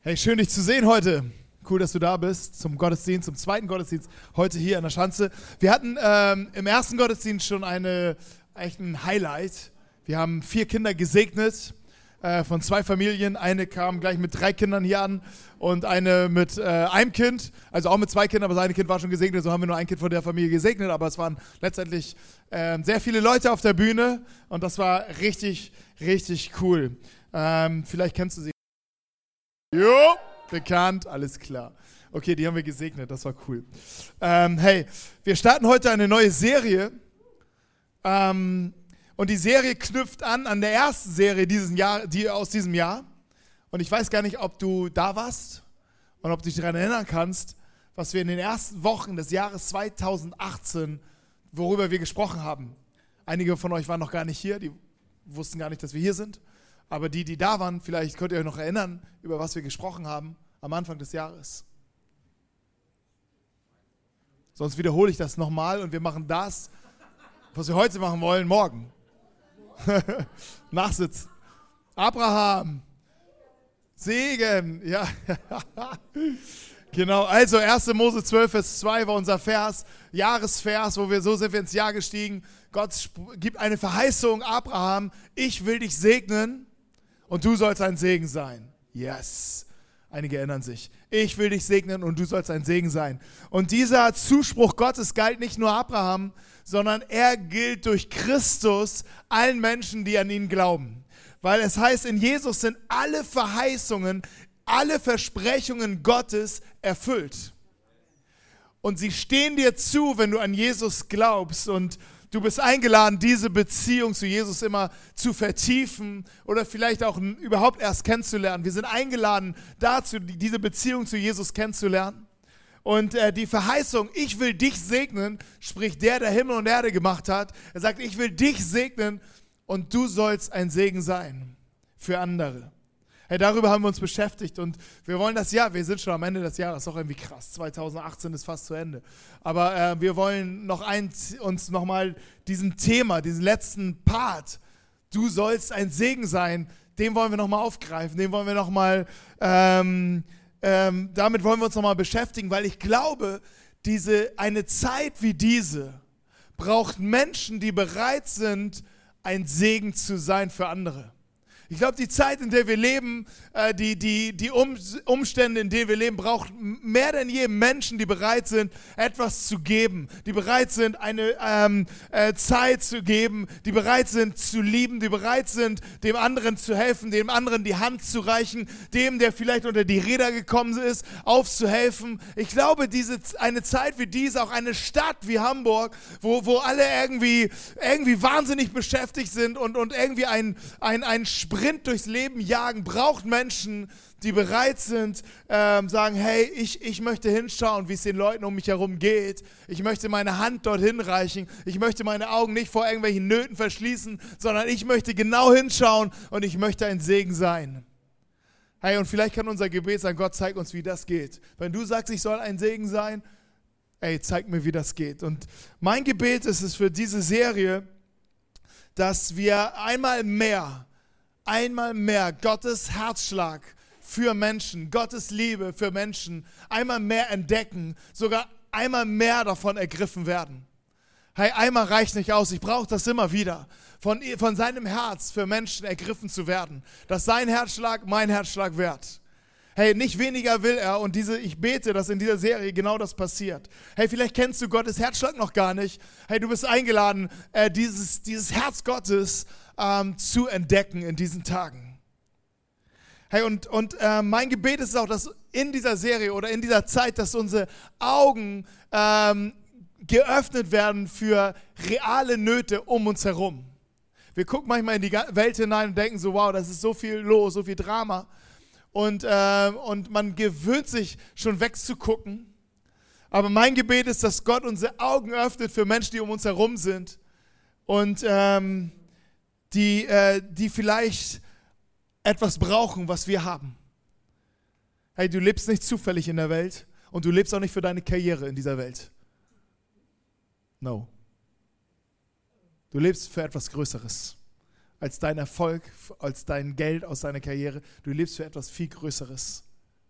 Hey, schön dich zu sehen heute. Cool, dass du da bist zum Gottesdienst, zum zweiten Gottesdienst heute hier an der Schanze. Wir hatten im ersten Gottesdienst schon echt ein Highlight. Wir haben 4 Kinder gesegnet von 2 Familien. Eine kam gleich mit 3 Kindern hier an und eine mit einem Kind, also auch mit 2 Kindern, aber das eine Kind war schon gesegnet. So haben wir nur ein Kind von der Familie gesegnet, aber es waren letztendlich sehr viele Leute auf der Bühne und das war richtig, richtig cool. Vielleicht kennst du sie. Jo, bekannt, alles klar. Okay, die haben wir gesegnet, das war cool. Hey, wir starten heute eine neue Serie. Und die Serie knüpft an der ersten Serie aus diesem Jahr. Und ich weiß gar nicht, ob du da warst und ob du dich daran erinnern kannst, was wir in den ersten Wochen des Jahres 2018, worüber wir gesprochen haben. Einige von euch waren noch gar nicht hier, die wussten gar nicht, dass wir hier sind. Aber die da waren, vielleicht könnt ihr euch noch erinnern, über was wir gesprochen haben am Anfang des Jahres. Sonst wiederhole ich das nochmal und wir machen das, was wir heute machen wollen, morgen. Nachsitzen. Abraham. Segen. Ja. Genau, also 1. Mose 12, Vers 2 war unser Jahresvers, wo so sind wir ins Jahr gestiegen. Gott gibt eine Verheißung, Abraham, ich will dich segnen und du sollst ein Segen sein. Yes. Einige erinnern sich. Ich will dich segnen und du sollst ein Segen sein. Und dieser Zuspruch Gottes galt nicht nur Abraham, sondern er gilt durch Christus allen Menschen, die an ihn glauben. Weil es heißt, in Jesus sind alle Verheißungen, alle Versprechungen Gottes erfüllt. Und sie stehen dir zu, wenn du an Jesus glaubst und du bist eingeladen, diese Beziehung zu Jesus immer zu vertiefen oder vielleicht auch überhaupt erst kennenzulernen. Wir sind eingeladen dazu, diese Beziehung zu Jesus kennenzulernen. Und die Verheißung, ich will dich segnen, spricht der Himmel und Erde gemacht hat. Er sagt, ich will dich segnen und du sollst ein Segen sein für andere. Hey, darüber haben wir uns beschäftigt und wir wollen das Jahr, wir sind schon am Ende des Jahres, ist doch irgendwie krass, 2018 ist fast zu Ende. Aber wir wollen uns nochmal diesen letzten Part, du sollst ein Segen sein, den wollen wir nochmal aufgreifen, den wollen wir nochmal, damit wollen wir uns nochmal beschäftigen, weil ich glaube, eine Zeit wie diese braucht Menschen, die bereit sind, ein Segen zu sein für andere. Ich glaube, die Zeit, in der wir leben, die Umstände, in denen wir leben, braucht mehr denn je Menschen, die bereit sind, etwas zu geben, die bereit sind, eine Zeit zu geben, die bereit sind zu lieben, die bereit sind, dem anderen zu helfen, dem anderen die Hand zu reichen, dem, der vielleicht unter die Räder gekommen ist, aufzuhelfen. Ich glaube, eine Zeit wie diese, auch eine Stadt wie Hamburg, wo alle irgendwie wahnsinnig beschäftigt sind und irgendwie ein Sprint durchs Leben jagen, braucht Menschen, die bereit sind, sagen, hey, ich möchte hinschauen, wie es den Leuten um mich herum geht. Ich möchte meine Hand dorthin reichen. Ich möchte meine Augen nicht vor irgendwelchen Nöten verschließen, sondern ich möchte genau hinschauen und ich möchte ein Segen sein. Hey, und vielleicht kann unser Gebet sein, Gott, zeig uns, wie das geht. Wenn du sagst, ich soll ein Segen sein, ey, zeig mir, wie das geht. Und mein Gebet ist es für diese Serie, dass wir einmal mehr Gottes Herzschlag für Menschen, Gottes Liebe für Menschen einmal mehr entdecken, sogar einmal mehr davon ergriffen werden. Hey, einmal reicht nicht aus, ich brauche das immer wieder, von seinem Herz für Menschen ergriffen zu werden, dass sein Herzschlag mein Herzschlag wird. Hey, nicht weniger will er und ich bete, dass in dieser Serie genau das passiert. Hey, vielleicht kennst du Gottes Herzschlag noch gar nicht. Hey, du bist eingeladen, dieses Herz Gottes zu entdecken in diesen Tagen. Hey, und mein Gebet ist auch, dass in dieser Serie oder in dieser Zeit, dass unsere Augen geöffnet werden für reale Nöte um uns herum. Wir gucken manchmal in die Welt hinein und denken so, wow, das ist so viel los, so viel Drama. Und man gewöhnt sich schon wegzugucken. Aber mein Gebet ist, dass Gott unsere Augen öffnet für Menschen, die um uns herum sind und die vielleicht etwas brauchen, was wir haben. Hey, du lebst nicht zufällig in der Welt und du lebst auch nicht für deine Karriere in dieser Welt. No. Du lebst für etwas Größeres. als dein Erfolg, als dein Geld aus deiner Karriere. Du lebst für etwas viel Größeres.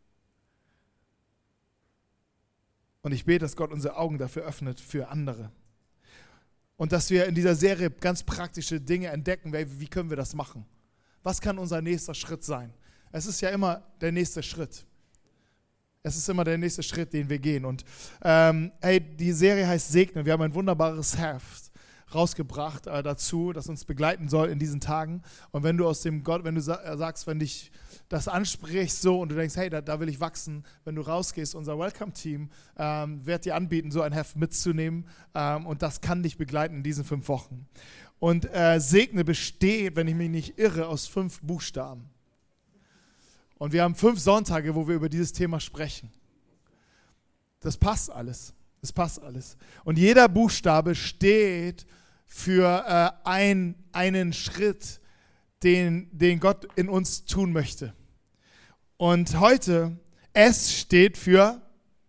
Und ich bete, dass Gott unsere Augen dafür öffnet für andere. Und dass wir in dieser Serie ganz praktische Dinge entdecken, wie können wir das machen? Was kann unser nächster Schritt sein? Es ist ja immer der nächste Schritt. Es ist immer der nächste Schritt, den wir gehen. Und die Serie heißt Segnen. Wir haben ein wunderbares Heft rausgebracht dazu, das uns begleiten soll in diesen Tagen. Und wenn du sagst, wenn dich das ansprichst so und du denkst, hey, da will ich wachsen, wenn du rausgehst, unser Welcome-Team wird dir anbieten, so ein Heft mitzunehmen und das kann dich begleiten in diesen 5 Wochen. Und Segne besteht, wenn ich mich nicht irre, aus 5 Buchstaben. Und wir haben 5 Sonntage, wo wir über dieses Thema sprechen. Das passt alles. Das passt alles. Und jeder Buchstabe steht für einen Schritt, den Gott in uns tun möchte. Und heute, S steht für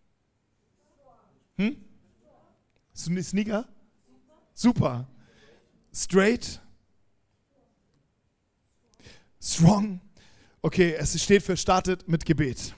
Sneaker? Super. Straight? Strong? Okay, es steht für startet mit Gebet.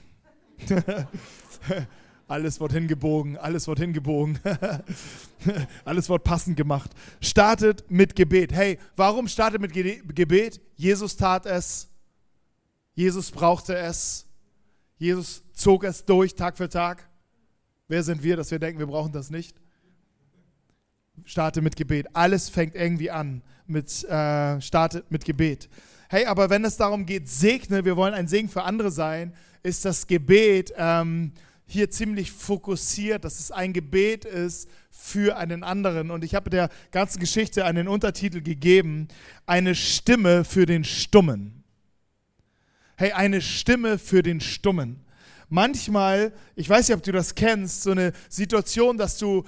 Alles wird hingebogen, alles wird hingebogen. Alles wird passend gemacht. Startet mit Gebet. Hey, warum startet mit Gebet? Jesus tat es. Jesus brauchte es. Jesus zog es durch Tag für Tag. Wer sind wir, dass wir denken, wir brauchen das nicht? Starte mit Gebet. Alles fängt irgendwie an mit startet mit Gebet. Hey, aber wenn es darum geht, segne, wir wollen ein Segen für andere sein, ist das Gebet hier ziemlich fokussiert, dass es ein Gebet ist für einen anderen. Und ich habe der ganzen Geschichte einen Untertitel gegeben, eine Stimme für den Stummen. Hey, eine Stimme für den Stummen. Manchmal, ich weiß nicht, ob du das kennst, so eine Situation, dass du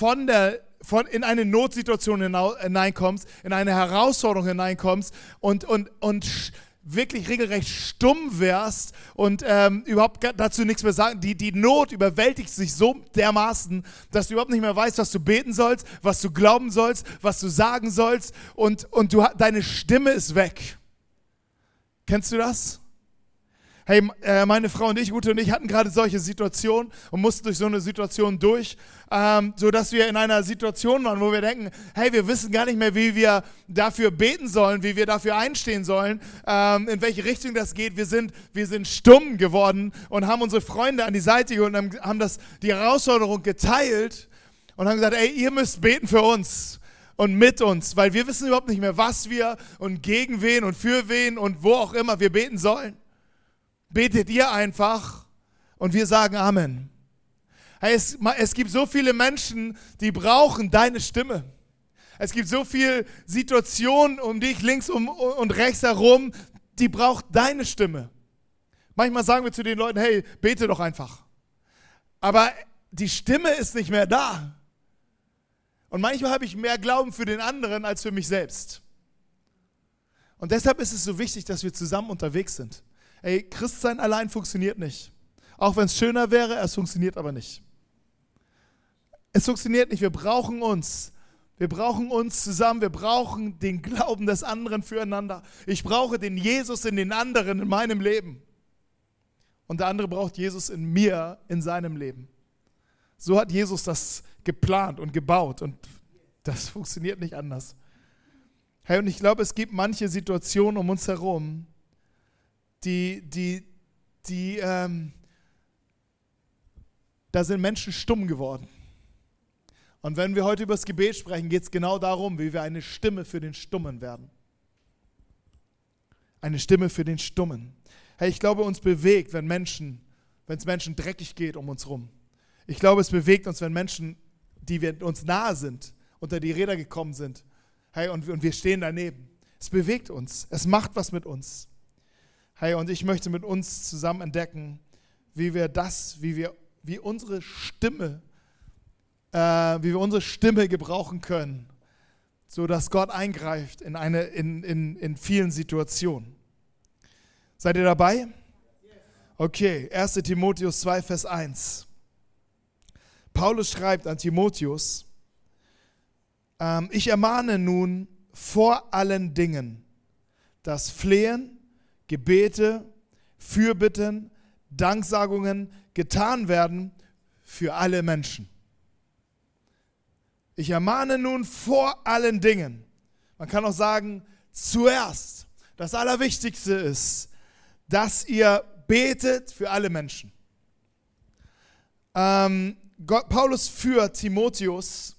in eine Notsituation hineinkommst, in eine Herausforderung hineinkommst und wirklich regelrecht stumm wärst und überhaupt dazu nichts mehr sagen. Die Not überwältigt sich so dermaßen, dass du überhaupt nicht mehr weißt, was du beten sollst, was du glauben sollst, was du sagen sollst und deine Stimme ist weg. Kennst du das? Hey, meine Frau und ich, Ute und ich, hatten gerade solche Situationen und mussten durch so eine Situation durch, sodass wir in einer Situation waren, wo wir denken, hey, wir wissen gar nicht mehr, wie wir dafür beten sollen, wie wir dafür einstehen sollen, in welche Richtung das geht. Wir sind stumm geworden und haben unsere Freunde an die Seite geholt und haben die Herausforderung geteilt und haben gesagt, ey, ihr müsst beten für uns und mit uns, weil wir wissen überhaupt nicht mehr, was wir und gegen wen und für wen und wo auch immer wir beten sollen. Betet ihr einfach und wir sagen Amen. Hey, es gibt so viele Menschen, die brauchen deine Stimme. Es gibt so viele Situationen um dich links und rechts herum, die braucht deine Stimme. Manchmal sagen wir zu den Leuten, hey, bete doch einfach. Aber die Stimme ist nicht mehr da. Und manchmal habe ich mehr Glauben für den anderen als für mich selbst. Und deshalb ist es so wichtig, dass wir zusammen unterwegs sind. Ey, Christsein allein funktioniert nicht. Auch wenn es schöner wäre, es funktioniert aber nicht. Es funktioniert nicht, wir brauchen uns. Wir brauchen uns zusammen, wir brauchen den Glauben des anderen füreinander. Ich brauche den Jesus in den anderen in meinem Leben. Und der andere braucht Jesus in mir, in seinem Leben. So hat Jesus das geplant und gebaut und das funktioniert nicht anders. Hey, und ich glaube, es gibt manche Situationen um uns herum, da sind Menschen stumm geworden. Und wenn wir heute über das Gebet sprechen, geht es genau darum, wie wir eine Stimme für den Stummen werden. Eine Stimme für den Stummen. Hey, ich glaube, uns bewegt, wenn es Menschen dreckig geht um uns rum. Ich glaube, es bewegt uns, wenn Menschen, die uns nahe sind, unter die Räder gekommen sind. Hey, und wir stehen daneben. Es bewegt uns. Es macht was mit uns. Hey, und ich möchte mit uns zusammen entdecken, wie wir unsere Stimme gebrauchen können, sodass Gott eingreift in vielen Situationen. Seid ihr dabei? Okay, 1. Timotheus 2, Vers 1. Paulus schreibt an Timotheus, ich ermahne nun vor allen Dingen, dass Flehen, Gebete, Fürbitten, Danksagungen getan werden für alle Menschen. Ich ermahne nun vor allen Dingen, man kann auch sagen, zuerst, das Allerwichtigste ist, dass ihr betet für alle Menschen. Paulus führt Timotheus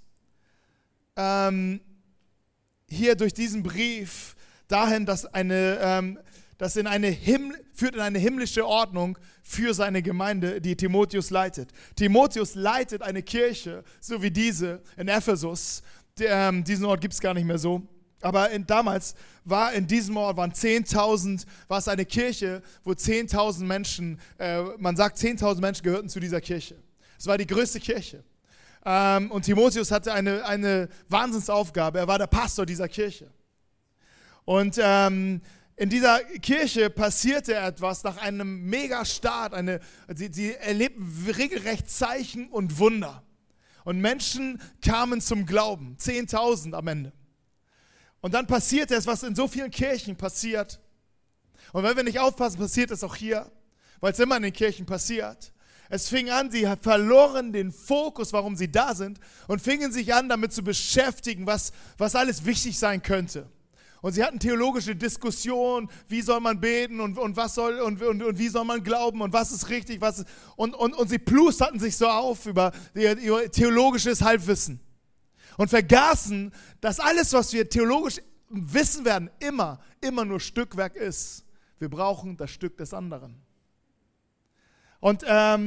hier durch diesen Brief dahin, dass führt in eine himmlische Ordnung für seine Gemeinde, die Timotheus leitet. Timotheus leitet eine Kirche, so wie diese in Ephesus. Diesen Ort gibt es gar nicht mehr so. Aber damals war in diesem Ort, war es eine Kirche, wo 10.000 Menschen, man sagt 10.000 Menschen gehörten zu dieser Kirche. Es war die größte Kirche. Und Timotheus hatte eine Wahnsinnsaufgabe. Er war der Pastor dieser Kirche. Und in dieser Kirche passierte etwas nach einem Megastart. Sie erlebten regelrecht Zeichen und Wunder. Und Menschen kamen zum Glauben. 10.000 am Ende. Und dann passierte es, was in so vielen Kirchen passiert. Und wenn wir nicht aufpassen, passiert es auch hier, weil es immer in den Kirchen passiert. Es fing an, sie verloren den Fokus, warum sie da sind, und fingen sich an, damit zu beschäftigen, was alles wichtig sein könnte. Und sie hatten theologische Diskussionen, wie soll man beten und wie soll man glauben und was ist richtig, und sie plusterten sich so auf über ihr theologisches Halbwissen. Und vergaßen, dass alles, was wir theologisch wissen werden, immer nur Stückwerk ist. Wir brauchen das Stück des anderen. Und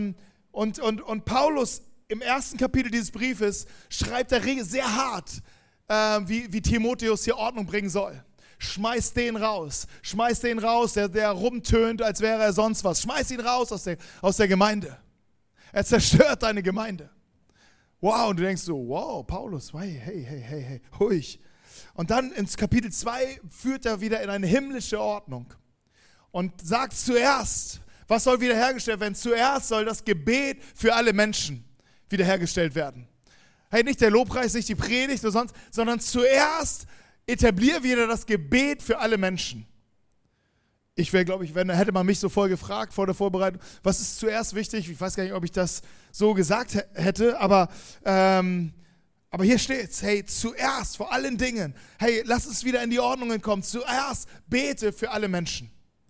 Paulus im ersten Kapitel dieses Briefes schreibt er sehr hart, wie Timotheus hier Ordnung bringen soll. Schmeiß den raus, der rumtönt, als wäre er sonst was. Schmeiß ihn raus aus der Gemeinde. Er zerstört deine Gemeinde. Wow, und du denkst so, wow, Paulus, hey, ruhig. Und dann ins Kapitel 2 führt er wieder in eine himmlische Ordnung und sagt zuerst, was soll wiederhergestellt werden? Zuerst soll das Gebet für alle Menschen wiederhergestellt werden. Hey, nicht der Lobpreis, nicht die Predigt oder sonst, sondern zuerst etablier wieder das Gebet für alle Menschen. Ich wäre, glaube ich, hätte man mich so voll gefragt vor der Vorbereitung, was ist zuerst wichtig? Ich weiß gar nicht, ob ich das so gesagt hätte, aber hier steht's. Hey, zuerst, vor allen Dingen, hey, lass es wieder in die Ordnungen kommen. Zuerst bete für alle Menschen.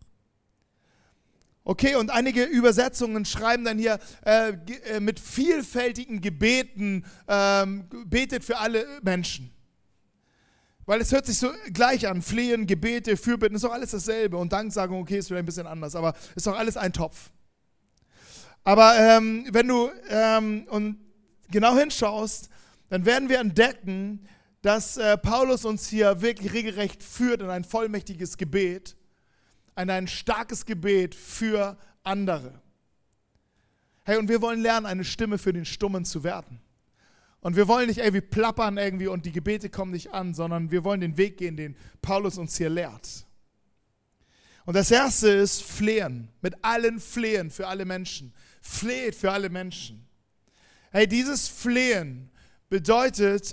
Okay, und einige Übersetzungen schreiben dann hier mit vielfältigen Gebeten, betet für alle Menschen. Weil es hört sich so gleich an, Flehen, Gebete, Fürbitten, ist doch alles dasselbe. Und Danksagung, okay, ist vielleicht ein bisschen anders, aber ist doch alles ein Topf. Aber wenn du genau hinschaust, dann werden wir entdecken, dass Paulus uns hier wirklich regelrecht führt in ein vollmächtiges Gebet, in ein starkes Gebet für andere. Hey, und wir wollen lernen, eine Stimme für den Stummen zu werden. Und wir wollen nicht irgendwie plappern irgendwie und die Gebete kommen nicht an, sondern wir wollen den Weg gehen, den Paulus uns hier lehrt. Und das Erste ist Flehen, mit allen Flehen für alle Menschen. Fleht für alle Menschen. Hey, dieses Flehen bedeutet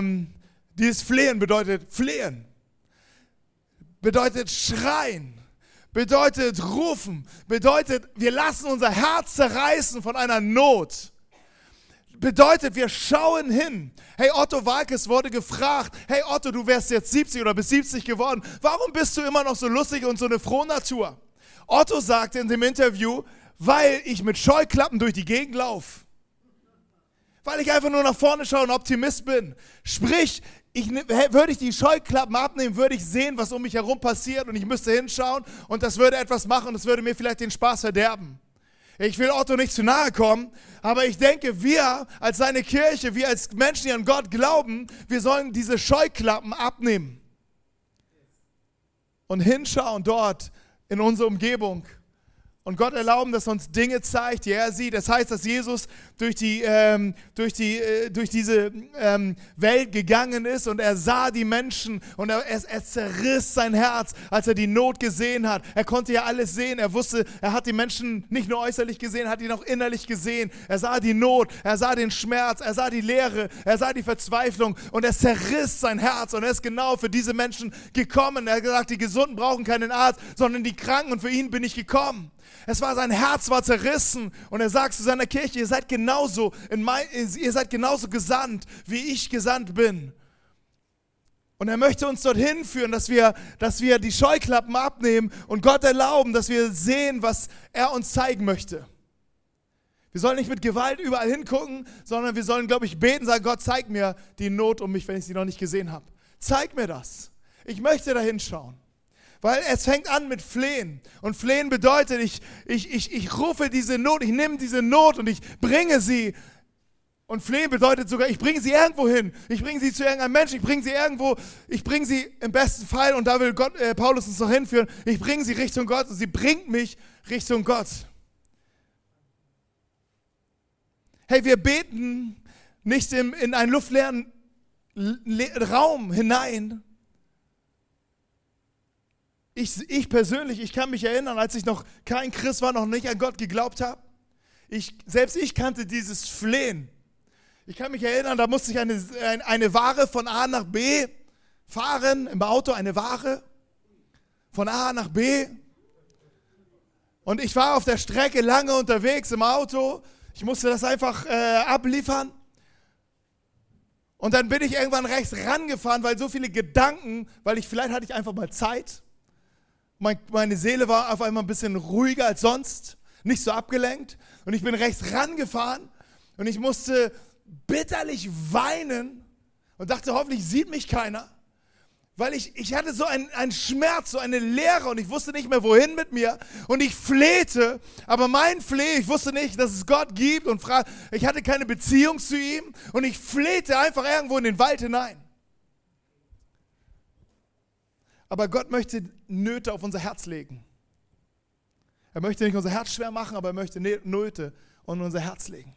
Flehen, bedeutet schreien, bedeutet rufen, bedeutet, wir lassen unser Herz zerreißen von einer Not. Bedeutet, wir schauen hin. Hey, Otto Walkes wurde gefragt, hey Otto, du wärst jetzt 70 oder bis 70 geworden, warum bist du immer noch so lustig und so eine frohe Natur? Otto sagte in dem Interview, weil ich mit Scheuklappen durch die Gegend laufe. Weil ich einfach nur nach vorne schaue und Optimist bin. Sprich, würde ich die Scheuklappen abnehmen, würde ich sehen, was um mich herum passiert und ich müsste hinschauen und das würde etwas machen und das würde mir vielleicht den Spaß verderben. Ich will Otto nicht zu nahe kommen, aber ich denke, wir als seine Kirche, wir als Menschen, die an Gott glauben, wir sollen diese Scheuklappen abnehmen und hinschauen dort in unsere Umgebung. Und Gott erlauben, dass er uns Dinge zeigt, die er sieht. Das heißt, dass Jesus durch diese Welt gegangen ist und er sah die Menschen und er zerriss sein Herz, als er die Not gesehen hat. Er konnte ja alles sehen. Er wusste, er hat die Menschen nicht nur äußerlich gesehen, er hat ihn auch innerlich gesehen. Er sah die Not, er sah den Schmerz, er sah die Leere, er sah die Verzweiflung und er zerriss sein Herz und er ist genau für diese Menschen gekommen. Er hat gesagt, die Gesunden brauchen keinen Arzt, sondern die Kranken und für ihn bin ich gekommen. Sein Herz war zerrissen. Und er sagt zu seiner Kirche, ihr seid genauso gesandt, wie ich gesandt bin. Und er möchte uns dorthin führen, dass wir die Scheuklappen abnehmen und Gott erlauben, dass wir sehen, was er uns zeigen möchte. Wir sollen nicht mit Gewalt überall hingucken, sondern wir sollen, glaube ich, beten, sagen, Gott, zeig mir die Not um mich, wenn ich sie noch nicht gesehen habe. Zeig mir das. Ich möchte da hinschauen. Weil es fängt an mit Flehen. Und Flehen bedeutet, ich rufe diese Not, ich nehme diese Not und ich bringe sie. Und Flehen bedeutet sogar, ich bringe sie irgendwo hin. Ich bringe sie zu irgendeinem Menschen, ich bringe sie irgendwo, ich bringe sie im besten Fall, und da will Paulus uns noch hinführen, ich bringe sie Richtung Gott und sie bringt mich Richtung Gott. Hey, wir beten nicht in einen luftleeren Raum hinein. Ich persönlich, ich kann mich erinnern, als ich noch kein Christ war, noch nicht an Gott geglaubt habe. Selbst ich kannte dieses Flehen. Ich kann mich erinnern, da musste ich eine Ware von A nach B fahren, im Auto eine Ware von A nach B. Und ich war auf der Strecke lange unterwegs im Auto. Ich musste das einfach abliefern. Und dann bin ich irgendwann rechts rangefahren, weil so viele Gedanken, vielleicht hatte ich einfach mal Zeit. Meine Seele war auf einmal ein bisschen ruhiger als sonst, nicht so abgelenkt. Und ich bin rechts rangefahren und ich musste bitterlich weinen und dachte, hoffentlich sieht mich keiner. Weil ich hatte so einen Schmerz, so eine Leere und ich wusste nicht mehr, wohin mit mir. Und ich flehte, aber mein Fleh, ich wusste nicht, dass es Gott gibt und ich hatte keine Beziehung zu ihm. Und ich flehte einfach irgendwo in den Wald hinein. Aber Gott möchte Nöte auf unser Herz legen. Er möchte nicht unser Herz schwer machen, aber er möchte Nöte in unser Herz legen.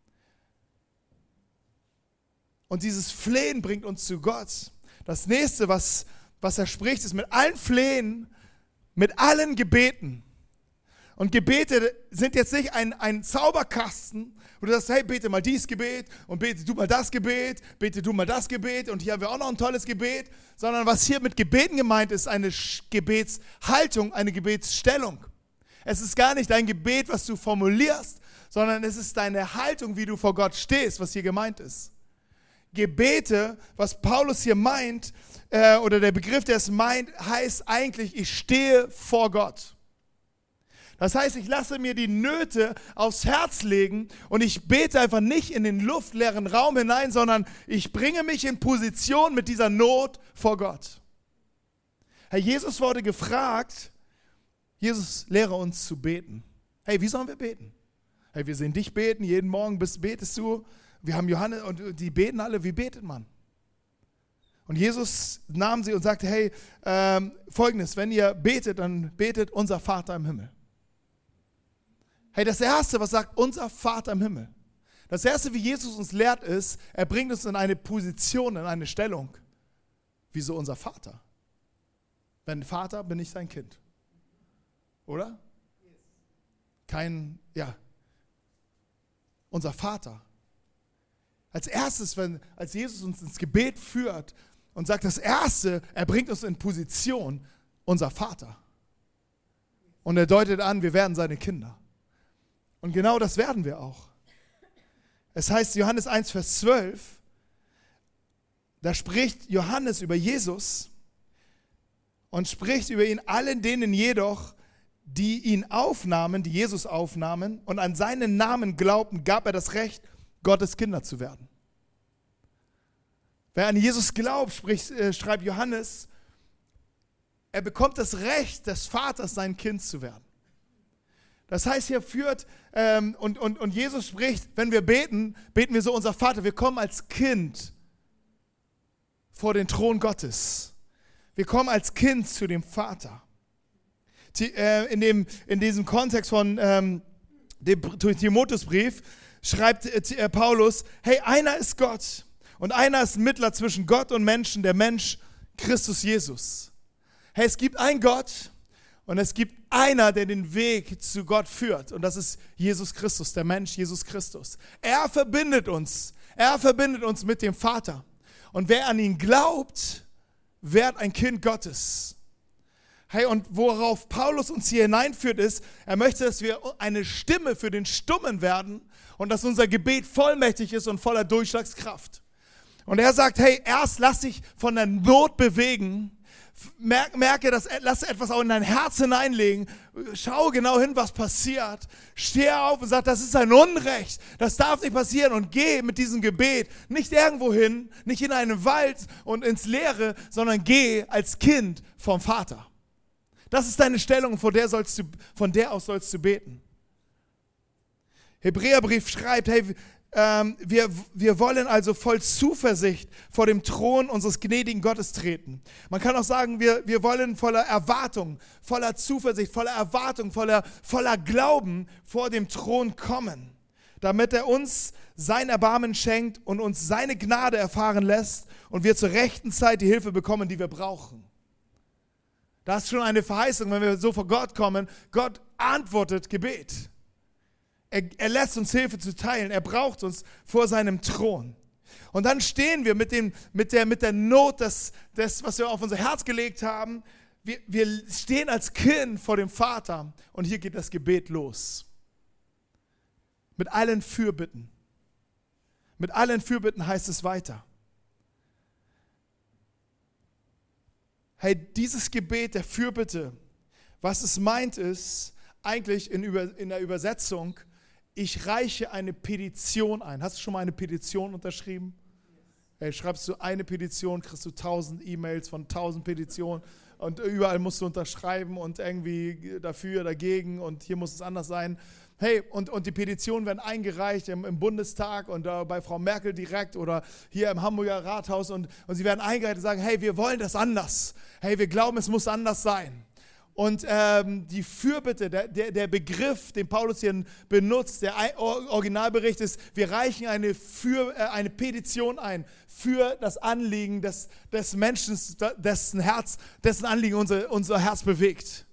Und dieses Flehen bringt uns zu Gott. Das nächste, was er spricht, ist mit allen Flehen, mit allen Gebeten. Und Gebete sind jetzt nicht ein Zauberkasten, wo du sagst, hey, bete mal dieses Gebet und bete du mal das Gebet, bete du mal das Gebet und hier haben wir auch noch ein tolles Gebet, sondern was hier mit Gebeten gemeint ist, eine Gebetshaltung, eine Gebetsstellung. Es ist gar nicht dein Gebet, was du formulierst, sondern es ist deine Haltung, wie du vor Gott stehst, was hier gemeint ist. Gebete, was Paulus hier meint, oder der Begriff, der es meint, heißt eigentlich, ich stehe vor Gott. Das heißt, ich lasse mir die Nöte aufs Herz legen und ich bete einfach nicht in den luftleeren Raum hinein, sondern ich bringe mich in Position mit dieser Not vor Gott. Herr, Jesus wurde gefragt, Jesus, lehre uns zu beten. Hey, wie sollen wir beten? Hey, wir sehen dich beten, jeden Morgen betest du. Wir haben Johannes und die beten alle, wie betet man? Und Jesus nahm sie und sagte, hey, Folgendes, wenn ihr betet, dann betet unser Vater im Himmel. Hey, das Erste, was sagt unser Vater im Himmel? Das Erste, wie Jesus uns lehrt, ist, er bringt uns in eine Position, in eine Stellung. Wieso unser Vater? Wenn Vater, bin ich sein Kind. Oder? Unser Vater. Als erstes, als Jesus uns ins Gebet führt und sagt, das Erste, er bringt uns in Position, unser Vater. Und er deutet an, wir werden seine Kinder. Und genau das werden wir auch. Es heißt, Johannes 1, Vers 12, da spricht Johannes über Jesus und spricht über ihn allen denen jedoch, die ihn aufnahmen, die Jesus aufnahmen und an seinen Namen glaubten, gab er das Recht, Gottes Kinder zu werden. Wer an Jesus glaubt, schreibt Johannes, er bekommt das Recht des Vaters, sein Kind zu werden. Das heißt, hier führt, und Jesus spricht, wenn wir beten, beten wir so unser Vater. Wir kommen als Kind vor den Thron Gottes. Wir kommen als Kind zu dem Vater. In diesem Kontext von dem Timotheusbrief schreibt Paulus, hey, einer ist Gott und einer ist Mittler zwischen Gott und Menschen, der Mensch Christus Jesus. Hey, es gibt einen Gott und es gibt einer, der den Weg zu Gott führt und das ist Jesus Christus, der Mensch Jesus Christus. Er verbindet uns mit dem Vater und wer an ihn glaubt, wird ein Kind Gottes. Hey, und worauf Paulus uns hier hineinführt ist, er möchte, dass wir eine Stimme für den Stummen werden und dass unser Gebet vollmächtig ist und voller Durchschlagskraft. Und er sagt, hey, erst lass dich von der Not bewegen, merke, lass etwas auch in dein Herz hineinlegen, schau genau hin, was passiert, steh auf und sag, das ist ein Unrecht, das darf nicht passieren und geh mit diesem Gebet nicht irgendwo hin, nicht in einen Wald und ins Leere, sondern geh als Kind vom Vater. Das ist deine Stellung, von der aus sollst du beten. Hebräerbrief schreibt, hey, wir wollen also voll Zuversicht vor dem Thron unseres gnädigen Gottes treten. Man kann auch sagen, wir wollen voller Erwartung, voller Zuversicht, voller Erwartung, voller Glauben vor dem Thron kommen, damit er uns sein Erbarmen schenkt und uns seine Gnade erfahren lässt und wir zur rechten Zeit die Hilfe bekommen, die wir brauchen. Das ist schon eine Verheißung, wenn wir so vor Gott kommen. Gott antwortet Gebet. Er lässt uns Hilfe zuteilen. Er braucht uns vor seinem Thron. Und dann stehen wir mit der Not, das, was wir auf unser Herz gelegt haben. Wir stehen als Kind vor dem Vater. Und hier geht das Gebet los. Mit allen Fürbitten. Mit allen Fürbitten heißt es weiter. Hey, dieses Gebet der Fürbitte, was es meint ist, eigentlich in der Übersetzung, ich reiche eine Petition ein. Hast du schon mal eine Petition unterschrieben? Hey, schreibst du eine Petition, kriegst du 1000 E-Mails von 1000 Petitionen und überall musst du unterschreiben und irgendwie dafür, dagegen und hier muss es anders sein. Hey, und die Petitionen werden eingereicht im Bundestag und bei Frau Merkel direkt oder hier im Hamburger Rathaus und sie werden eingereicht und sagen, hey, wir wollen das anders. Hey, wir glauben, es muss anders sein. Und die Fürbitte, der Begriff, den Paulus hier benutzt, der Originalbericht ist, wir reichen eine Petition ein für das Anliegen des Menschen, dessen Anliegen unser Herz bewegt.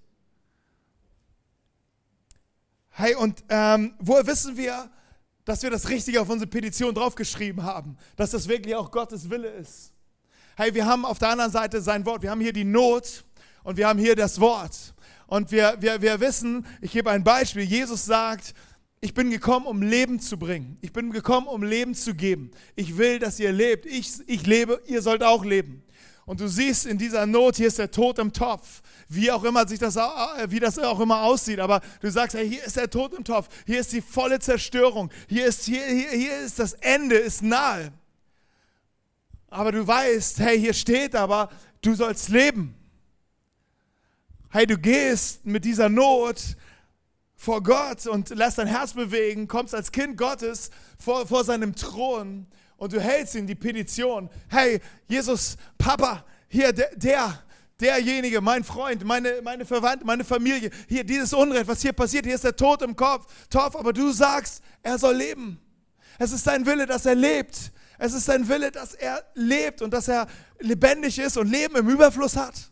Hey, und woher wissen wir, dass wir das Richtige auf unsere Petition draufgeschrieben haben? Dass das wirklich auch Gottes Wille ist? Hey, wir haben auf der anderen Seite sein Wort. Wir haben hier die Not und wir haben hier das Wort. Und wir wissen, ich gebe ein Beispiel. Jesus sagt, ich bin gekommen, um Leben zu bringen. Ich bin gekommen, um Leben zu geben. Ich will, dass ihr lebt. Ich lebe, ihr sollt auch leben. Und du siehst in dieser Not, hier ist der Tod im Topf. Wie das auch immer aussieht. Aber du sagst, hey, hier ist der Tod im Topf. Hier ist die volle Zerstörung. Hier ist das Ende, ist nahe. Aber du weißt, hey, hier steht aber, du sollst leben. Hey, du gehst mit dieser Not vor Gott und lässt dein Herz bewegen, kommst als Kind Gottes vor seinem Thron und du hältst ihm die Petition. Hey, Jesus, Papa, hier derjenige, mein Freund, meine Verwandten, meine Familie, hier dieses Unrecht, was hier passiert, hier ist der Tod im Topf, aber du sagst, er soll leben. Es ist dein Wille, dass er lebt. Es ist dein Wille, dass er lebt und dass er lebendig ist und Leben im Überfluss hat.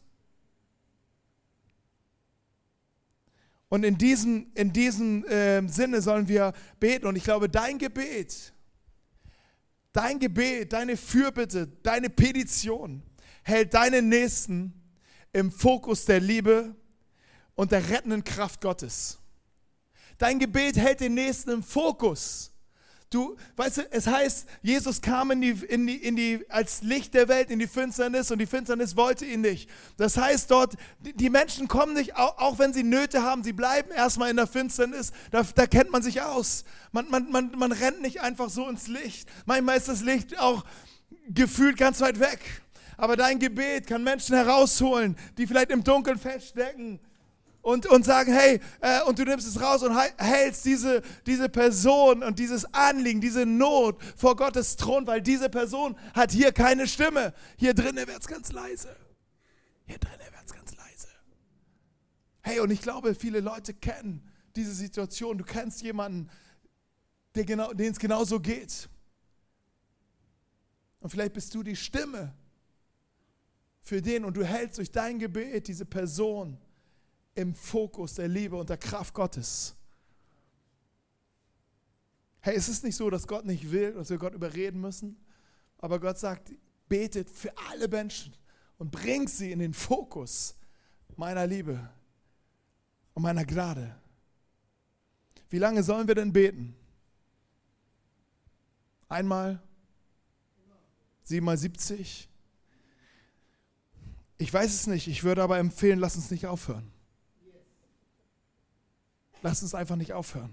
Und in diesem Sinne sollen wir beten. Und ich glaube, dein Gebet, deine Fürbitte, deine Petition hält deinen Nächsten im Fokus der Liebe und der rettenden Kraft Gottes. Dein Gebet hält den Nächsten im Fokus. Du, weißt du, es heißt, Jesus kam als Licht der Welt in die Finsternis und die Finsternis wollte ihn nicht. Das heißt dort, die Menschen kommen nicht, auch wenn sie Nöte haben, sie bleiben erstmal in der Finsternis, da kennt man sich aus. Man rennt nicht einfach so ins Licht. Manchmal ist das Licht auch gefühlt ganz weit weg. Aber dein Gebet kann Menschen herausholen, die vielleicht im Dunkeln feststecken. Und sagen, hey, und du nimmst es raus und hältst diese Person und dieses Anliegen, diese Not vor Gottes Thron, weil diese Person hat hier keine Stimme. Hier drinnen wird es ganz leise. Hey, und ich glaube, viele Leute kennen diese Situation. Du kennst jemanden, denen es genauso geht. Und vielleicht bist du die Stimme für den und du hältst durch dein Gebet diese Person im Fokus der Liebe und der Kraft Gottes. Hey, es ist nicht so, dass Gott nicht will, dass wir Gott überreden müssen, aber Gott sagt, betet für alle Menschen und bringt sie in den Fokus, meiner Liebe und meiner Gnade. Wie lange sollen wir denn beten? Einmal? 7 mal 70? Ich weiß es nicht. Ich würde aber empfehlen, lass uns nicht aufhören. Lass uns einfach nicht aufhören.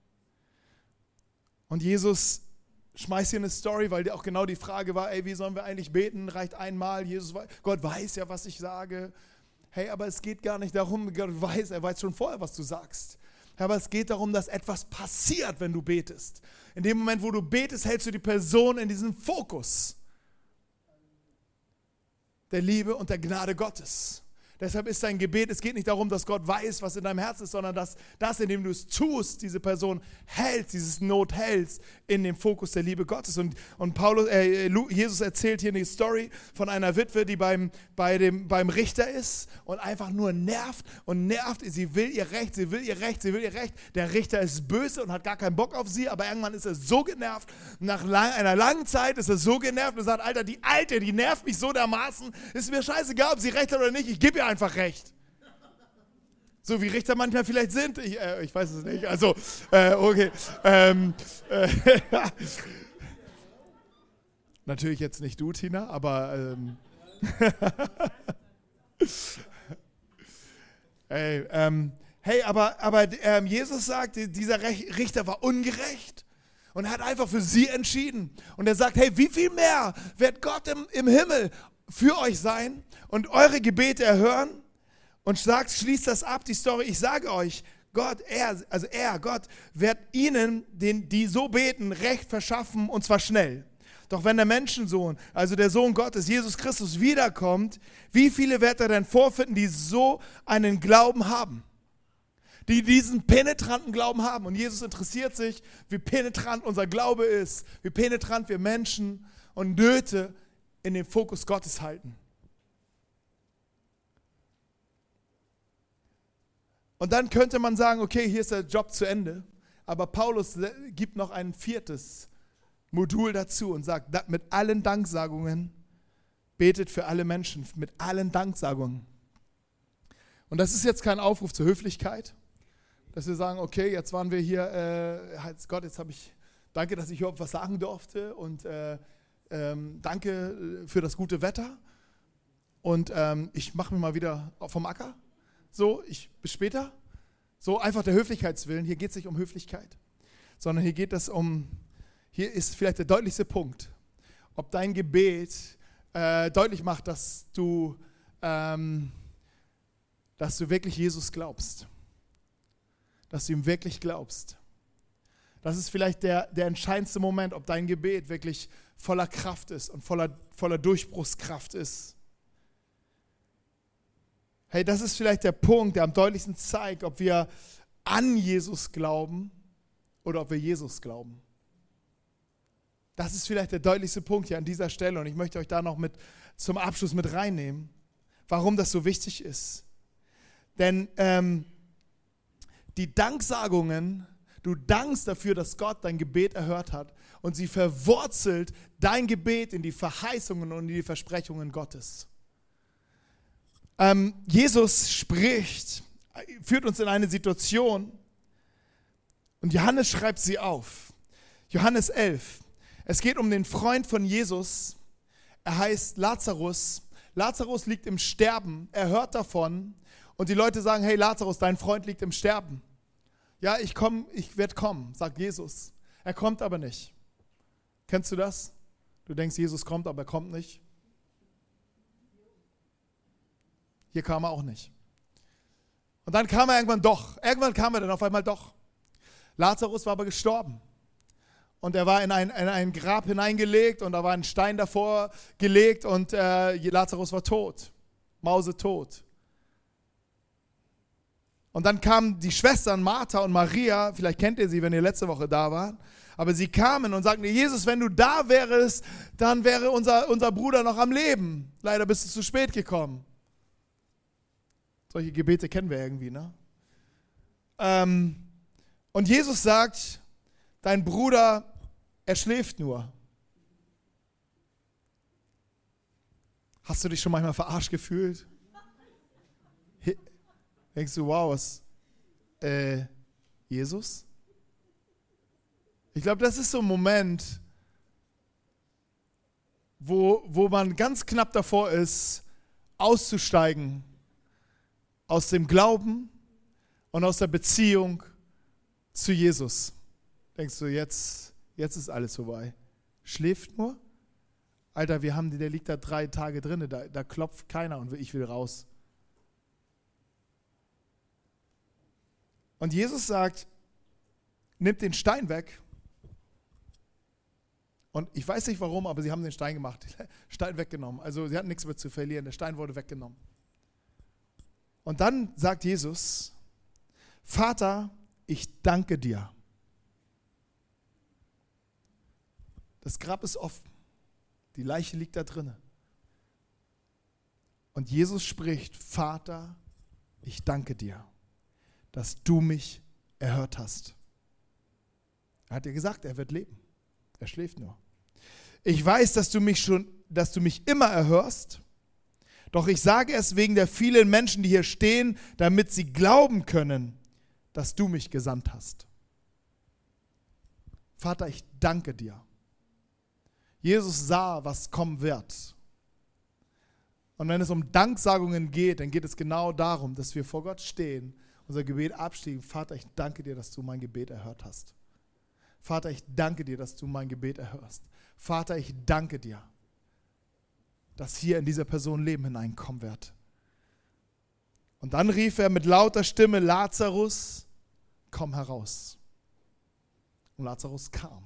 Und Jesus schmeißt hier eine Story, weil auch genau die Frage war, wie sollen wir eigentlich beten? Reicht einmal? Gott weiß ja, was ich sage. Hey, aber es geht gar nicht darum, Gott weiß, er weiß schon vorher, was du sagst. Aber es geht darum, dass etwas passiert, wenn du betest. In dem Moment, wo du betest, hältst du die Person in diesem Fokus der Liebe und der Gnade Gottes. Deshalb ist dein Gebet, es geht nicht darum, dass Gott weiß, was in deinem Herzen ist, sondern dass das, indem du es tust, diese Person hältst, dieses Not hältst in dem Fokus der Liebe Gottes. Und Jesus erzählt hier eine Story von einer Witwe, die beim Richter ist und einfach nur nervt und nervt. Sie will ihr Recht, sie will ihr Recht, sie will ihr Recht. Der Richter ist böse und hat gar keinen Bock auf sie, aber irgendwann ist er so genervt. Nach einer langen Zeit ist er so genervt und sagt, Alter, die Alte, die nervt mich so dermaßen, ist mir scheißegal, ob sie Recht hat oder nicht, ich gebe ihr einfach Recht. So wie Richter manchmal vielleicht sind. Ich weiß es nicht. Also, okay. Natürlich jetzt nicht du, Tina, aber Jesus sagt, dieser Richter war ungerecht und hat einfach für sie entschieden. Und er sagt, hey, wie viel mehr wird Gott im Himmel für euch sein und eure Gebete erhören? Und schließt das ab, die Story. Ich sage euch, Gott wird ihnen, die so beten, Recht verschaffen, und zwar schnell. Doch wenn der Menschensohn, also der Sohn Gottes, Jesus Christus, wiederkommt, wie viele wird er denn vorfinden, die so einen Glauben haben? Die diesen penetranten Glauben haben. Und Jesus interessiert sich, wie penetrant unser Glaube ist, wie penetrant wir Menschen und Nöte in den Fokus Gottes halten. Und dann könnte man sagen, okay, hier ist der Job zu Ende. Aber Paulus gibt noch ein 4. Modul dazu und sagt, mit allen Danksagungen betet für alle Menschen, mit allen Danksagungen. Und das ist jetzt kein Aufruf zur Höflichkeit, dass wir sagen, okay, jetzt waren wir hier, Gott, jetzt danke, dass ich überhaupt was sagen durfte und danke für das gute Wetter und ich mache mich mal wieder vom Acker. So, bis später. So, einfach der Höflichkeitswillen. Hier geht es nicht um Höflichkeit, sondern hier geht es hier ist vielleicht der deutlichste Punkt, ob dein Gebet deutlich macht, dass du wirklich Jesus glaubst. Dass du ihm wirklich glaubst. Das ist vielleicht der entscheidendste Moment, ob dein Gebet wirklich voller Kraft ist und voller Durchbruchskraft ist. Hey, das ist vielleicht der Punkt, der am deutlichsten zeigt, ob wir an Jesus glauben oder ob wir Jesus glauben. Das ist vielleicht der deutlichste Punkt hier an dieser Stelle und ich möchte euch da noch zum Abschluss mit reinnehmen, warum das so wichtig ist. Denn die Danksagungen, du dankst dafür, dass Gott dein Gebet erhört hat und sie verwurzelt dein Gebet in die Verheißungen und in die Versprechungen Gottes. Jesus führt uns in eine Situation und Johannes schreibt sie auf. Johannes 11. Es geht um den Freund von Jesus. Er heißt Lazarus. Lazarus liegt im Sterben. Er hört davon und die Leute sagen, hey Lazarus, dein Freund liegt im Sterben. Ja, ich werde kommen, sagt Jesus. Er kommt aber nicht. Kennst du das? Du denkst, Jesus kommt, aber er kommt nicht. Hier kam er auch nicht. Und dann kam er irgendwann doch. Irgendwann kam er dann auf einmal doch. Lazarus war aber gestorben. Und er war in ein Grab hineingelegt und da war ein Stein davor gelegt und Lazarus war tot. Mausetot. Und dann kamen die Schwestern Martha und Maria, vielleicht kennt ihr sie, wenn ihr letzte Woche da wart, aber sie kamen und sagten, Jesus, wenn du da wärst, dann wäre unser Bruder noch am Leben. Leider bist du zu spät gekommen. Solche Gebete kennen wir irgendwie, ne? Und Jesus sagt, dein Bruder, er schläft nur. Hast du dich schon manchmal verarscht gefühlt? Denkst du, wow, Jesus? Ich glaube, das ist so ein Moment, wo man ganz knapp davor ist, auszusteigen aus dem Glauben und aus der Beziehung zu Jesus. Denkst du, jetzt ist alles vorbei. Schläft nur? Alter, der liegt da 3 Tage drin, da klopft keiner und ich will raus. Und Jesus sagt, nimmt den Stein weg. Und ich weiß nicht warum, aber sie haben den Stein gemacht, den Stein weggenommen. Also sie hatten nichts mehr zu verlieren, der Stein wurde weggenommen. Und dann sagt Jesus, Vater, ich danke dir. Das Grab ist offen, die Leiche liegt da drinne. Und Jesus spricht, Vater, ich danke dir, dass du mich erhört hast. Er hat dir gesagt, er wird leben. Er schläft nur. Ich weiß, dass du mich immer erhörst, doch ich sage es wegen der vielen Menschen, die hier stehen, damit sie glauben können, dass du mich gesandt hast. Vater, ich danke dir. Jesus sah, was kommen wird. Und wenn es um Danksagungen geht, dann geht es genau darum, dass wir vor Gott stehen, unser Gebet abstiegen. Vater, ich danke dir, dass du mein Gebet erhört hast. Vater, ich danke dir, dass du mein Gebet erhörst. Vater, ich danke dir, dass hier in dieser Person Leben hineinkommen wird. Und dann rief er mit lauter Stimme, Lazarus, komm heraus. Und Lazarus kam.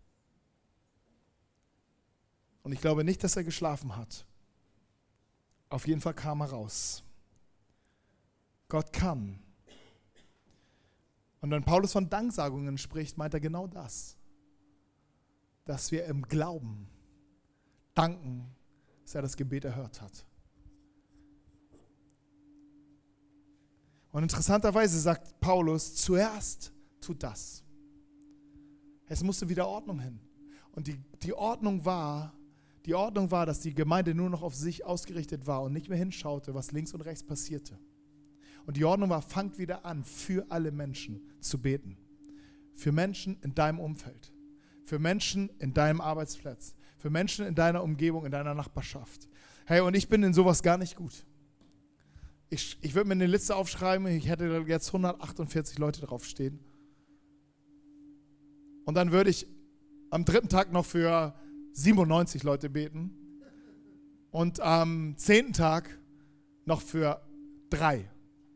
Und ich glaube nicht, dass er geschlafen hat. Auf jeden Fall kam er raus. Gott kann. Und wenn Paulus von Danksagungen spricht, meint er genau das. Dass wir im Glauben danken, dass er das Gebet erhört hat. Und interessanterweise sagt Paulus, zuerst tut das. Es musste wieder Ordnung hin. Und die Ordnung war, dass die Gemeinde nur noch auf sich ausgerichtet war und nicht mehr hinschaute, was links und rechts passierte. Und die Ordnung war, fangt wieder an, für alle Menschen zu beten. Für Menschen in deinem Umfeld. Für Menschen in deinem Arbeitsplatz. Für Menschen in deiner Umgebung, in deiner Nachbarschaft. Hey, und ich bin in sowas gar nicht gut. Ich würde mir eine Liste aufschreiben, ich hätte jetzt 148 Leute draufstehen. Und dann würde ich am 3. Tag noch für 97 Leute beten. Und am 10. Tag noch für 3.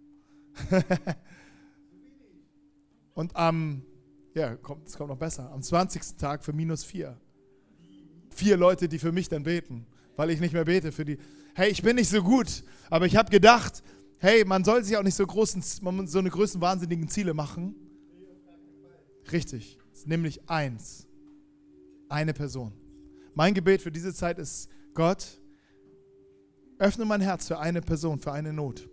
Und es kommt noch besser, am 20. Tag für -4. 4 Leute, die für mich dann beten, weil ich nicht mehr bete für die. Hey, ich bin nicht so gut, aber ich habe gedacht, hey, man soll sich auch nicht so eine großen wahnsinnigen Ziele machen. Richtig, es ist nämlich eine Person. Mein Gebet für diese Zeit ist, Gott, öffne mein Herz für eine Person, für eine Not.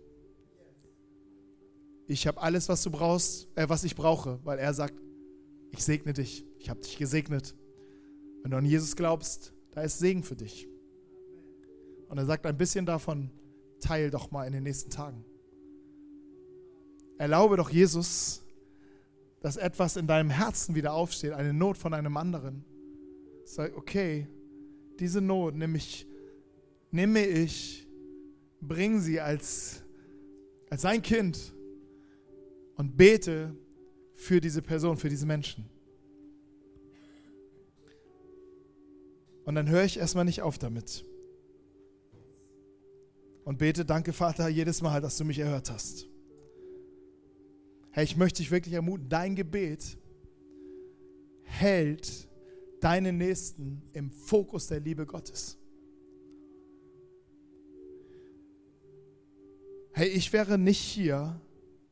Ich habe alles, was ich brauche, weil er sagt, ich segne dich, ich habe dich gesegnet. Wenn du an Jesus glaubst, da ist Segen für dich. Und er sagt, ein bisschen davon teil doch mal in den nächsten Tagen. Erlaube doch Jesus, dass etwas in deinem Herzen wieder aufsteht, eine Not von einem anderen. Sag, okay, diese Not nehme ich, bring sie als sein Kind und bete für diese Person, für diese Menschen. Und dann höre ich erstmal nicht auf damit. Und bete, danke Vater, jedes Mal, dass du mich erhört hast. Hey, ich möchte dich wirklich ermutigen, dein Gebet hält deinen Nächsten im Fokus der Liebe Gottes. Hey, ich wäre nicht hier,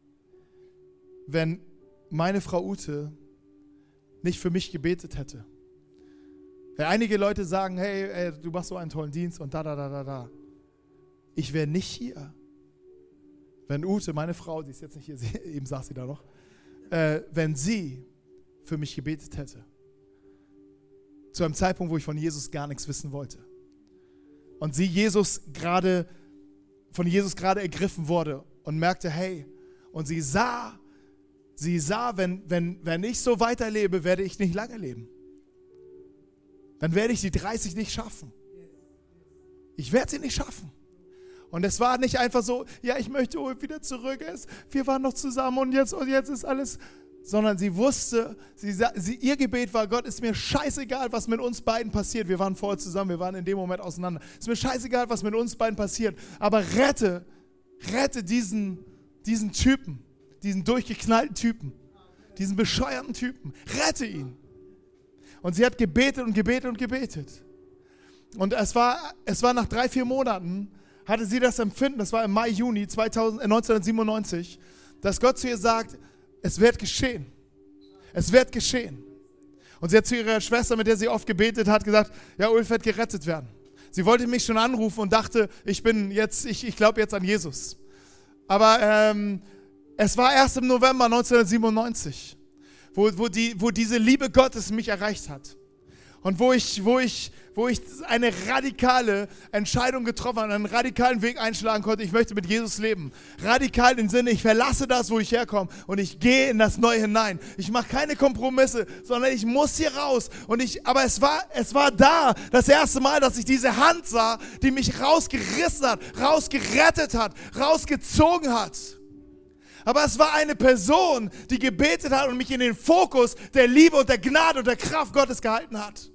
wenn meine Frau Ute nicht für mich gebetet hätte. Wenn einige Leute sagen, hey, du machst so einen tollen Dienst und da. Ich wäre nicht hier, wenn Ute, meine Frau, die ist jetzt nicht hier, eben saß sie da noch, wenn sie für mich gebetet hätte. Zu einem Zeitpunkt, wo ich von Jesus gar nichts wissen wollte. Und sie von Jesus gerade ergriffen wurde und merkte, hey, Und sie sah, wenn ich so weiterlebe, werde ich nicht lange leben. Dann werde ich die 30 nicht schaffen. Ich werde sie nicht schaffen. Und es war nicht einfach so, ja, ich möchte wieder zurück. Wir waren noch zusammen und jetzt ist alles. Sondern sie wusste, ihr Gebet war, Gott, ist mir scheißegal, was mit uns beiden passiert. Wir waren vorher zusammen, wir waren in dem Moment auseinander. Ist mir scheißegal, was mit uns beiden passiert. Aber rette diesen Typen, diesen durchgeknallten Typen, diesen bescheuerten Typen. Rette ihn. Und sie hat gebetet und gebetet und gebetet. Und es war nach 3-4 Monaten, hatte sie das Empfinden, das war im Mai, Juni 1997, dass Gott zu ihr sagt, es wird geschehen. Es wird geschehen. Und sie hat zu ihrer Schwester, mit der sie oft gebetet hat, gesagt, ja, Ulf wird gerettet werden. Sie wollte mich schon anrufen und dachte, ich glaube jetzt an Jesus. Aber es war erst im November 1997, wo diese Liebe Gottes mich erreicht hat. Und wo ich eine radikale Entscheidung getroffen habe, einen radikalen Weg einschlagen konnte, ich möchte mit Jesus leben. Radikal im Sinne, ich verlasse das, wo ich herkomme und ich gehe in das Neue hinein. Ich mache keine Kompromisse, sondern ich muss hier raus. Aber es war da, das erste Mal, dass ich diese Hand sah, die mich rausgerissen hat, rausgerettet hat, rausgezogen hat. Aber es war eine Person, die gebetet hat und mich in den Fokus der Liebe und der Gnade und der Kraft Gottes gehalten hat.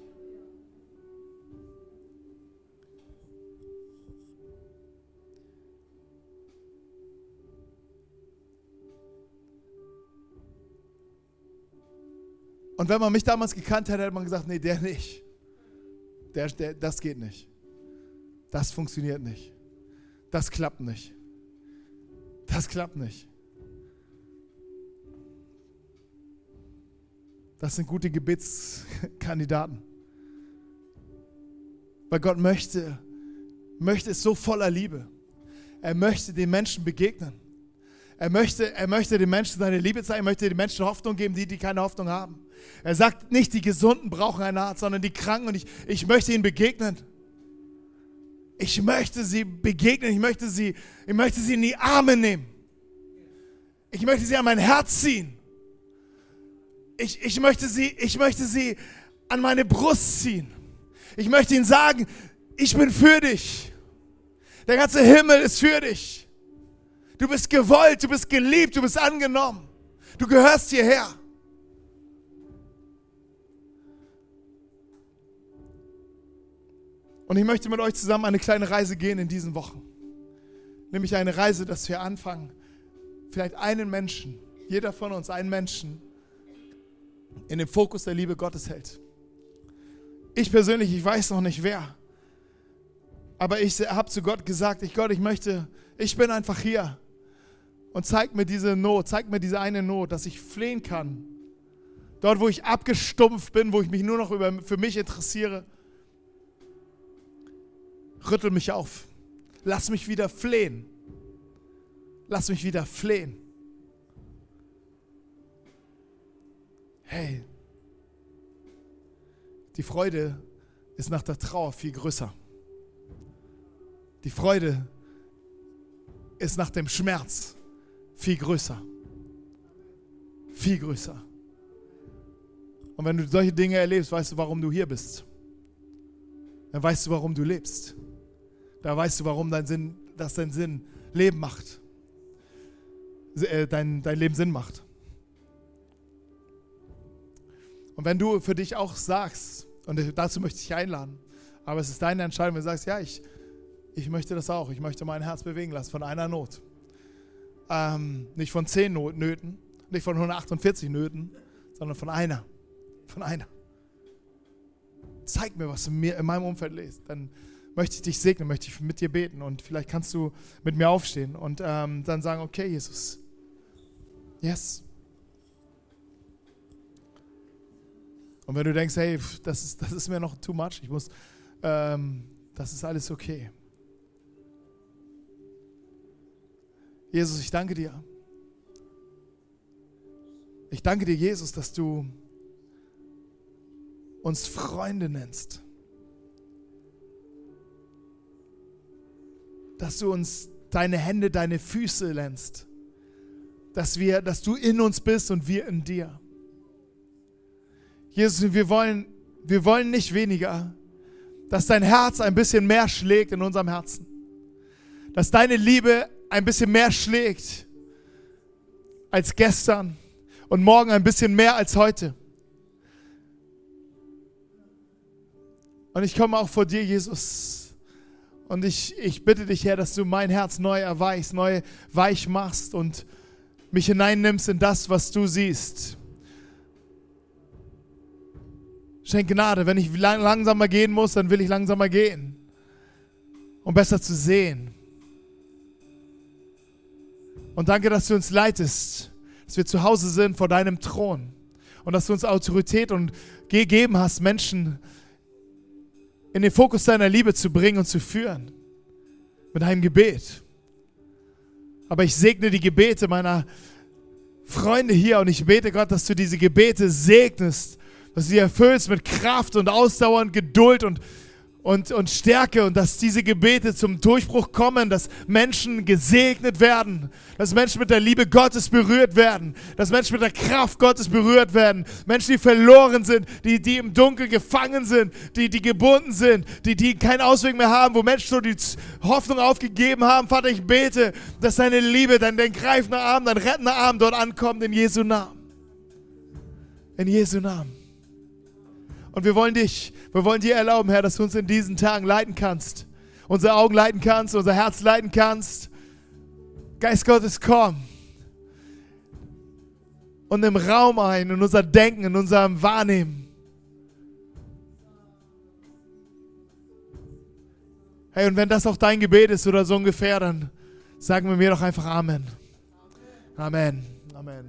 Und wenn man mich damals gekannt hätte, hätte man gesagt, nee, der nicht. Das geht nicht. Das funktioniert nicht. Das klappt nicht. Das klappt nicht. Das sind gute Gebetskandidaten. Weil Gott möchte es so voller Liebe. Er möchte den Menschen begegnen. Er möchte den Menschen seine Liebe zeigen, er möchte den Menschen Hoffnung geben, die keine Hoffnung haben. Er sagt nicht, die Gesunden brauchen einen Arzt, sondern die Kranken und ich möchte ihnen begegnen. Ich möchte sie begegnen, ich möchte sie in die Arme nehmen. Ich möchte sie an mein Herz ziehen. Ich möchte sie an meine Brust ziehen. Ich möchte ihnen sagen, ich bin für dich. Der ganze Himmel ist für dich. Du bist gewollt, du bist geliebt, du bist angenommen. Du gehörst hierher. Und ich möchte mit euch zusammen eine kleine Reise gehen in diesen Wochen. Nämlich eine Reise, dass wir anfangen, vielleicht einen Menschen, jeder von uns einen Menschen, in den Fokus der Liebe Gottes hält. Ich persönlich, ich weiß noch nicht wer, aber ich habe zu Gott gesagt, ich bin einfach hier und zeig mir diese Not, zeig mir diese eine Not, dass ich flehen kann. Dort, wo ich abgestumpft bin, wo ich mich nur noch für mich interessiere, rüttel mich auf. Lass mich wieder flehen. Lass mich wieder flehen. Hey, die Freude ist nach der Trauer viel größer. Die Freude ist nach dem Schmerz viel größer. Viel größer. Und wenn du solche Dinge erlebst, weißt du, warum du hier bist. Dann weißt du, warum du lebst. Da weißt du, warum dein Sinn Leben macht. Dein Leben Sinn macht. Und wenn du für dich auch sagst, und dazu möchte ich dich einladen, aber es ist deine Entscheidung, wenn du sagst, ja, ich möchte das auch, ich möchte mein Herz bewegen lassen von einer Not. Nicht von 10 Nöten, nicht von 148 Nöten, sondern von einer. Von einer. Zeig mir, was du in meinem Umfeld lebst. Dann möchte ich dich segnen, möchte ich mit dir beten und vielleicht kannst du mit mir aufstehen und dann sagen, okay, Jesus, yes. Und wenn du denkst, hey, das ist mir noch too much, das ist alles okay. Jesus, ich danke dir. Ich danke dir, Jesus, dass du uns Freunde nennst. Dass du uns deine Hände, deine Füße nennst. dass du in uns bist und wir in dir. Jesus, wir wollen nicht weniger, dass dein Herz ein bisschen mehr schlägt in unserem Herzen. Dass deine Liebe ein bisschen mehr schlägt als gestern und morgen ein bisschen mehr als heute. Und ich komme auch vor dir, Jesus. Und ich bitte dich, Herr, dass du mein Herz neu erweichst, neu weich machst und mich hineinnimmst in das, was du siehst. Schenk Gnade, wenn ich langsamer gehen muss, dann will ich langsamer gehen, um besser zu sehen. Und danke, dass du uns leitest, dass wir zu Hause sind vor deinem Thron und dass du uns Autorität und gegeben hast, Menschen in den Fokus deiner Liebe zu bringen und zu führen mit einem Gebet. Aber ich segne die Gebete meiner Freunde hier und ich bete, Gott, dass du diese Gebete segnest, dass du sie erfüllst mit Kraft und Ausdauer und Geduld und Stärke und dass diese Gebete zum Durchbruch kommen, dass Menschen gesegnet werden, dass Menschen mit der Liebe Gottes berührt werden, dass Menschen mit der Kraft Gottes berührt werden, Menschen, die verloren sind, die im Dunkeln gefangen sind, die gebunden sind, die keinen Ausweg mehr haben, wo Menschen schon die Hoffnung aufgegeben haben. Vater, ich bete, dass deine Liebe, dein greifender Arm, dein rettender Arm dort ankommt, in Jesu Namen. In Jesu Namen. Und wir wollen dir erlauben, Herr, dass du uns in diesen Tagen leiten kannst. Unsere Augen leiten kannst, unser Herz leiten kannst. Geist Gottes, komm. Und nimm Raum ein in unser Denken, in unserem Wahrnehmen. Hey, und wenn das auch dein Gebet ist oder so ungefähr, dann sagen wir mir doch einfach Amen. Amen. Amen.